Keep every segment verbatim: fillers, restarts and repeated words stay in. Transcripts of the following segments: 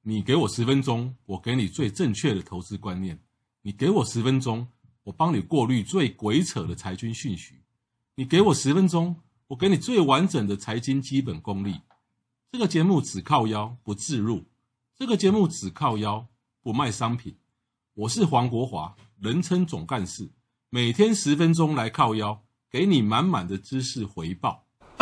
你给我十分钟，我给你最正确的投资观念；你给我十分钟，我帮你过滤最鬼扯的财经讯息；你给我十分钟，我给你最完整的财经基本功力。这个节目只靠腰不置入，这个节目只靠腰不卖商品。我是黄国华，人称总干事，每天十分钟来靠腰，给你满满的知识回报。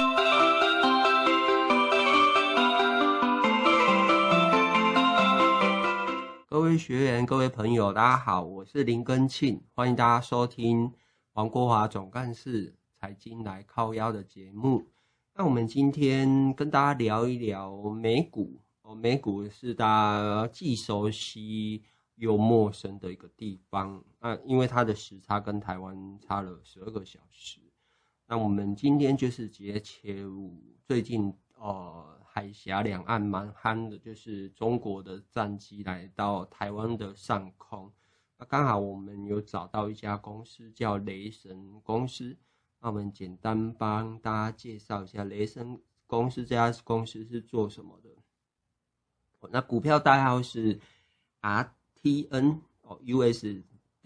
各位学员、各位朋友，大家好，我是林根庆，欢迎大家收听黄国华总干事财经来靠腰的节目。那我们今天跟大家聊一聊美股哦，美股是大家既熟悉又陌生的一个地方。那因为它的时差跟台湾差了十二个小时。那我们今天就是直接切入最近呃海峡两岸蛮夯的，就是中国的战机来到台湾的上空。那刚好我们有找到一家公司叫雷神公司。那我们简单帮大家介绍一下雷神公司，这家公司是做什么的。那股票代号是 R T N 哦 U S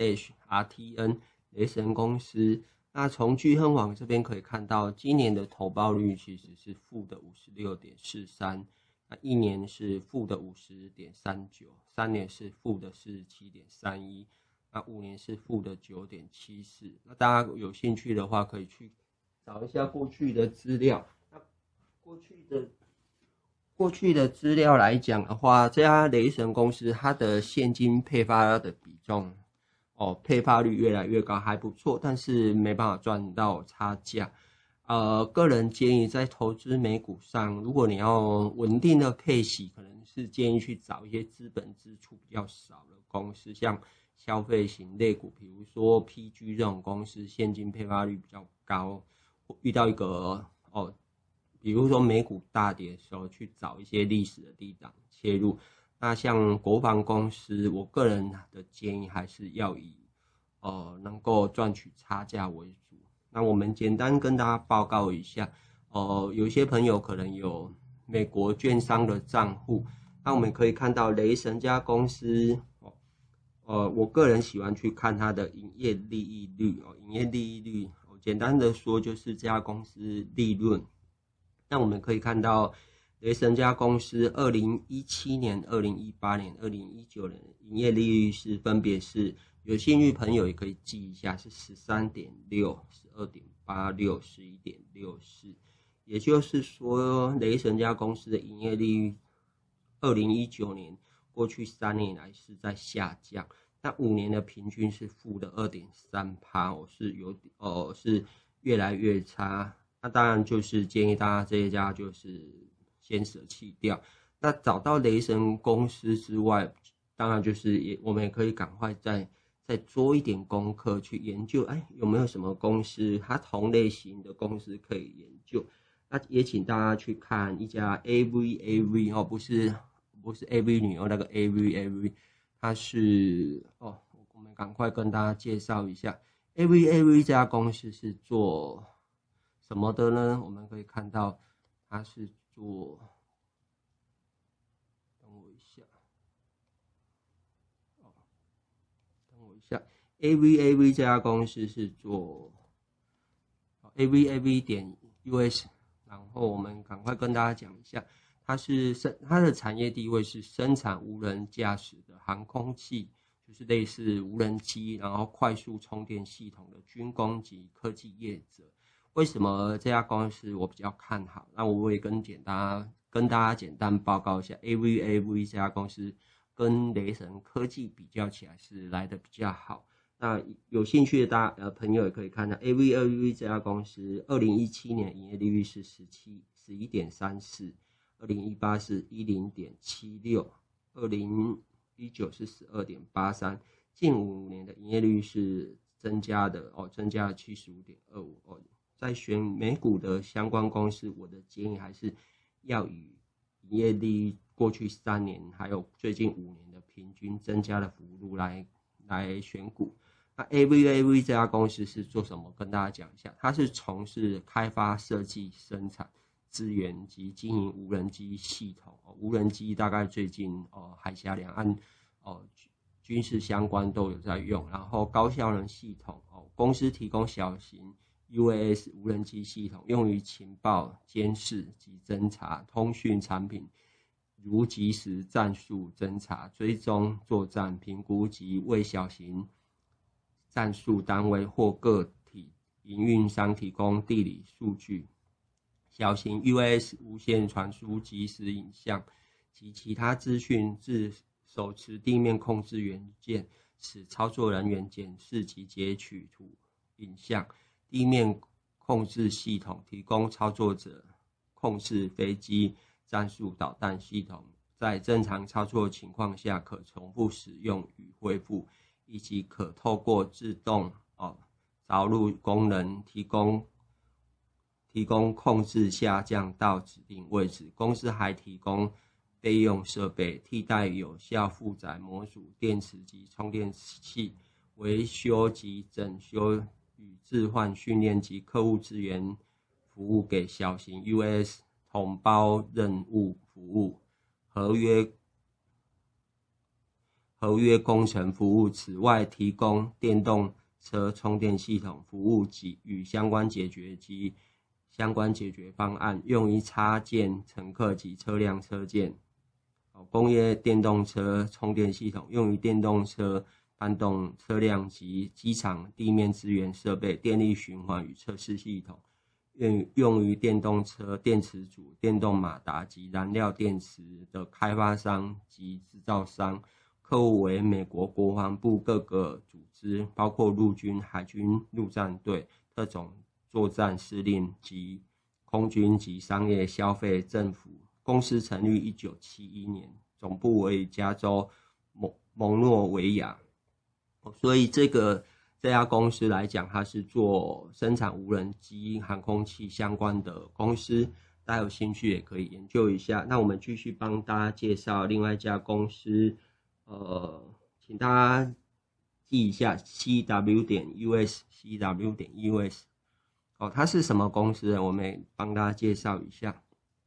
R T N 雷神公司。那从钜亨网这边可以看到，今年的投报率其实是负的 五十六点四三， 那一年是负的 五十点三九， 三年是负的 四十七点三一， 那五年是负的 九点七四。 那大家有兴趣的话可以去找一下过去的资料。那过去的过去的资料来讲的话，这家雷神公司它的现金配发的比重哦，配发率越来越高，还不错，但是没办法赚到差价。呃，个人建议在投资美股上，如果你要稳定的配息，可能是建议去找一些资本支出比较少的公司，像消费型类股，比如说 P G 这种公司，现金配发率比较高。遇到一个哦，比如说美股大跌的时候，去找一些历史的低档切入。那像国防公司，我个人的建议还是要以呃能够赚取差价为主。那我们简单跟大家报告一下，呃，有些朋友可能有美国券商的账户，那我们可以看到雷神家公司，呃，我个人喜欢去看它的营业利益率哦，营业利益率，哦，简单的说就是这家公司利润。那我们可以看到，雷神家公司二零一七年、二零一八年、二零一九年营业利率是分别是，有兴趣朋友也可以记一下，是 十三点六、十二点八六、十一点六四。也就是说，雷神家公司的营业利率二零一九年过去三年来是在下降，那五年的平均是负的 二点三趴， 哦，是有哦是越来越差。那当然就是建议大家这一家就是先舍弃掉。那找到雷神公司之外，当然就是也我们也可以赶快再再做一点功课去研究，哎，有没有什么公司它同类型的公司可以研究。那也请大家去看一家 A V A V 哦，不是不是 A V 女优那个 A V A V， 它是哦，我们赶快跟大家介绍一下 A V A V 这家公司是做什么的呢？我们可以看到它是做，等我一下，哦，等我一下 ，A V A V 这家公司是做 A V A V 点 U S， 然后我们赶快跟大家讲一下，它是它的产业地位是生产无人驾驶的航空器，就是类似无人机，然后快速充电系统的军工及科技业者。为什么这家公司我比较看好？那我也跟简单跟大家简单报告一下 ，A V A V 这家公司跟雷神科技比较起来是来的比较好。那有兴趣的大呃朋友也可以看到 A V A V 这家公司，二零一七年营业利率是十七 十一点三四， 二零一八是 十一点七六， 二零一九是 十二点八三， 近五年的营业率是增加的哦，增加了 七十五点二五 哦。在选美股的相关公司，我的建议还是要以营业利过去三年还有最近五年的平均增加的幅度来来选股。那 A V A V 这家公司是做什么？跟大家讲一下，它是从事开发、设计、生产、资源及经营无人机系统、 无人机大概最近哦海峡两岸哦军事相关都有在用，然后高效能系统哦，公司提供小型 U A S 无人机系统，用于情报监视及侦查通讯产品，如即时战术侦查、追踪作战、评估及为小型战术单位或个体营运商提供地理数据。小型 U A S 无线传输即时影像及其他资讯至手持地面控制元件，使操作人员检视及截取图影像。地面控制系统提供操作者控制飞机战术导弹系统，在正常操作情况下可重复使用与恢复，以及可透过自动哦着陆功能提供提供控制下降到指定位置。公司还提供备用设备，替代有效负载模组、电池及充电器，维修及整修与置换训练及客户支援服务给小型 U A S 统包任务服务、合约合约工程服务。此外，提供电动车充电系统服务及与相关解决及相关解决方案，用于插件乘客及车辆车件。工业电动车充电系统用于电动车、搬动车辆及机场地面资源设备、电力循环与测试系统，用于电动车电池组、电动马达及燃料电池的开发商及制造商。客户为美国国防部各个组织，包括陆军、海军陆战队、特种作战司令及空军及商业消费政府。公司成立一九七一年，总部为加州蒙蒙诺维亚。所以这个这家公司来讲，它是做生产无人机、航空器相关的公司，大家有兴趣也可以研究一下。那我们继续帮大家介绍另外一家公司，呃，请大家记一下 C W 点 U S C W 点 U S 哦，它是什么公司呢？我们也帮大家介绍一下。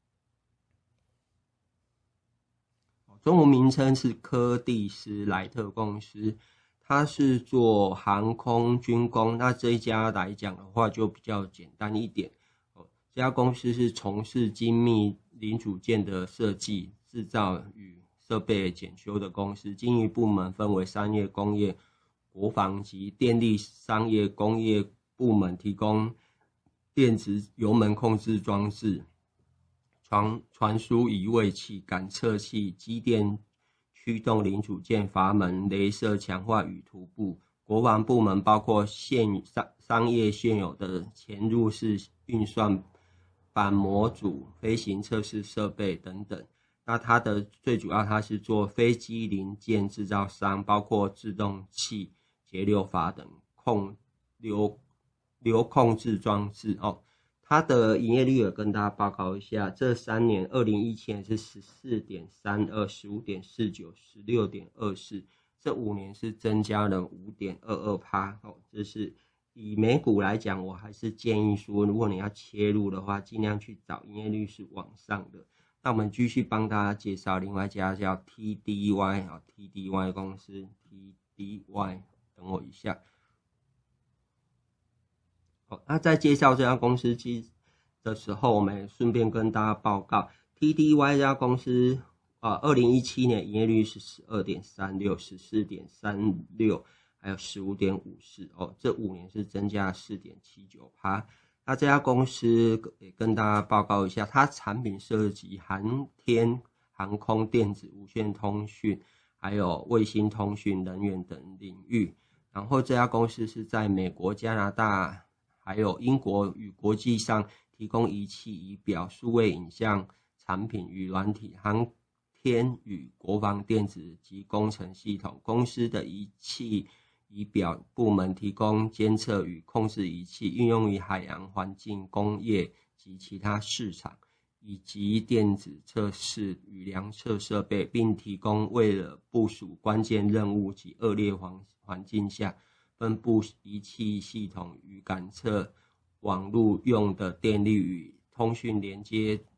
中文名称是柯蒂斯莱特公司，它是做航空军工。那这一家来讲的话就比较简单一点。这家公司是从事精密零组件的设计、制造与设备检修的公司。经营部门分为商业、工业、国防及电力商业工业部门，提供电子油门控制装置、传传输移位器、感测器、机电驱动零组件、阀门、雷射强化与涂布。国防部门包括现商商业现有的潜入式运算板模组、飞行测试设备等等。那它的最主要，它是做飞机零件制造商，包括制动器、节流阀等控流流控制装置哦。它的营业率也跟大家报告一下，这三年二零一七年是 十四点三二、十五点四九、十六点二四， 这五年是增加了 百分之五点二二、哦、这是以美股来讲，我还是建议说，如果你要切入的话，尽量去找营业率是往上的。那我们继续帮大家介绍另外一家叫 T D Y、哦、T D Y 公司 T D Y， 等我一下。那在介绍这家公司的时候，我们也顺便跟大家报告 T D Y 这家公司呃二零一七年营业率是 十二点三六、十四点三六 还有 十五点五四 哦，这五年是增加 四点七九。 那这家公司也跟大家报告一下，它产品涉及航天、航空、电子、无线通讯还有卫星通讯、能源等领域。然后这家公司是在美国、加拿大还有英国与国际上提供仪器、仪表、数位影像产品与软体、航天与国防电子及工程系统。公司的仪器仪表部门提供监测与控制仪器，运用于海洋环境、工业及其他市场，以及电子测试与量测设备，并提供为了部署关键任务及恶劣环环境下分布仪器系统与感测网络用的电力与通讯连接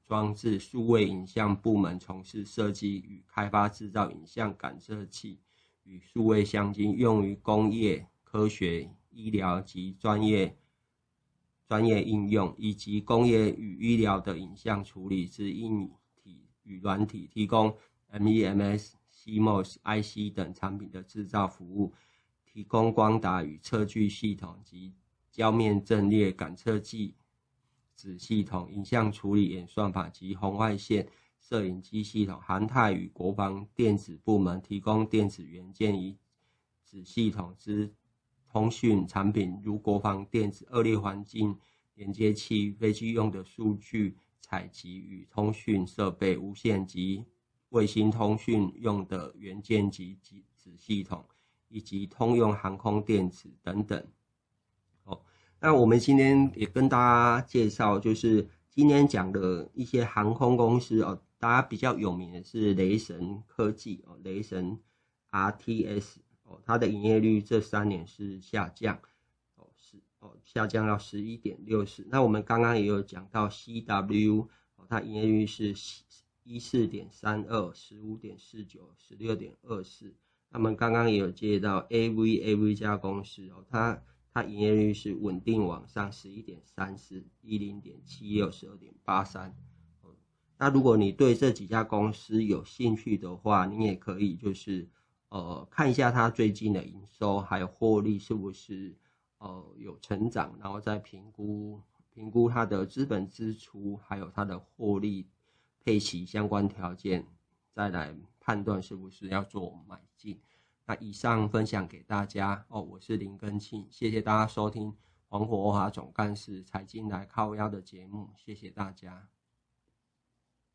装置数位影像部门从事设计与开发制造影像感测器与数位相机，用于工业、科学、医疗及专业专业应用，以及工业与医疗的影像处理之硬体与软体，提供 M E M S、C M O S、I C 等产品的制造服务，提供光达与测距系统及焦面阵列感测器子系统、影像处理演算法及红外线摄影机系统，航太与国防电子部门提供电子元件与子系统之通讯产品，如国防电子、恶劣环境连接器、飞机用的数据采集与通讯设备、无线及卫星通讯用的元件及子系统，以及通用航空电子等等。那我们今天也跟大家介绍，就是今天讲的一些航空公司哦，大家比较有名的是雷神科技哦，雷神 R T S 哦，它的营业率这三年是下降哦，是哦下降到 十一点六四。那我们刚刚也有讲到 C W 哦，它营业率是 十四点三二、十五点四九、十六点二四。那么刚刚也有介绍 A V A V 家公司哦，它它营业率是稳定往上 十一点三四、十零点七六、十二点八三。那如果你对这几家公司有兴趣的话，你也可以就是呃看一下它最近的营收还有获利是不是呃有成长，然后再评估评估它的资本支出还有它的获利配息相关条件，再来判断是不是要做买进。那以上分享给大家哦，我是林根庆，谢谢大家收听黄国华总干事财经来靠腰的节目，谢谢大家。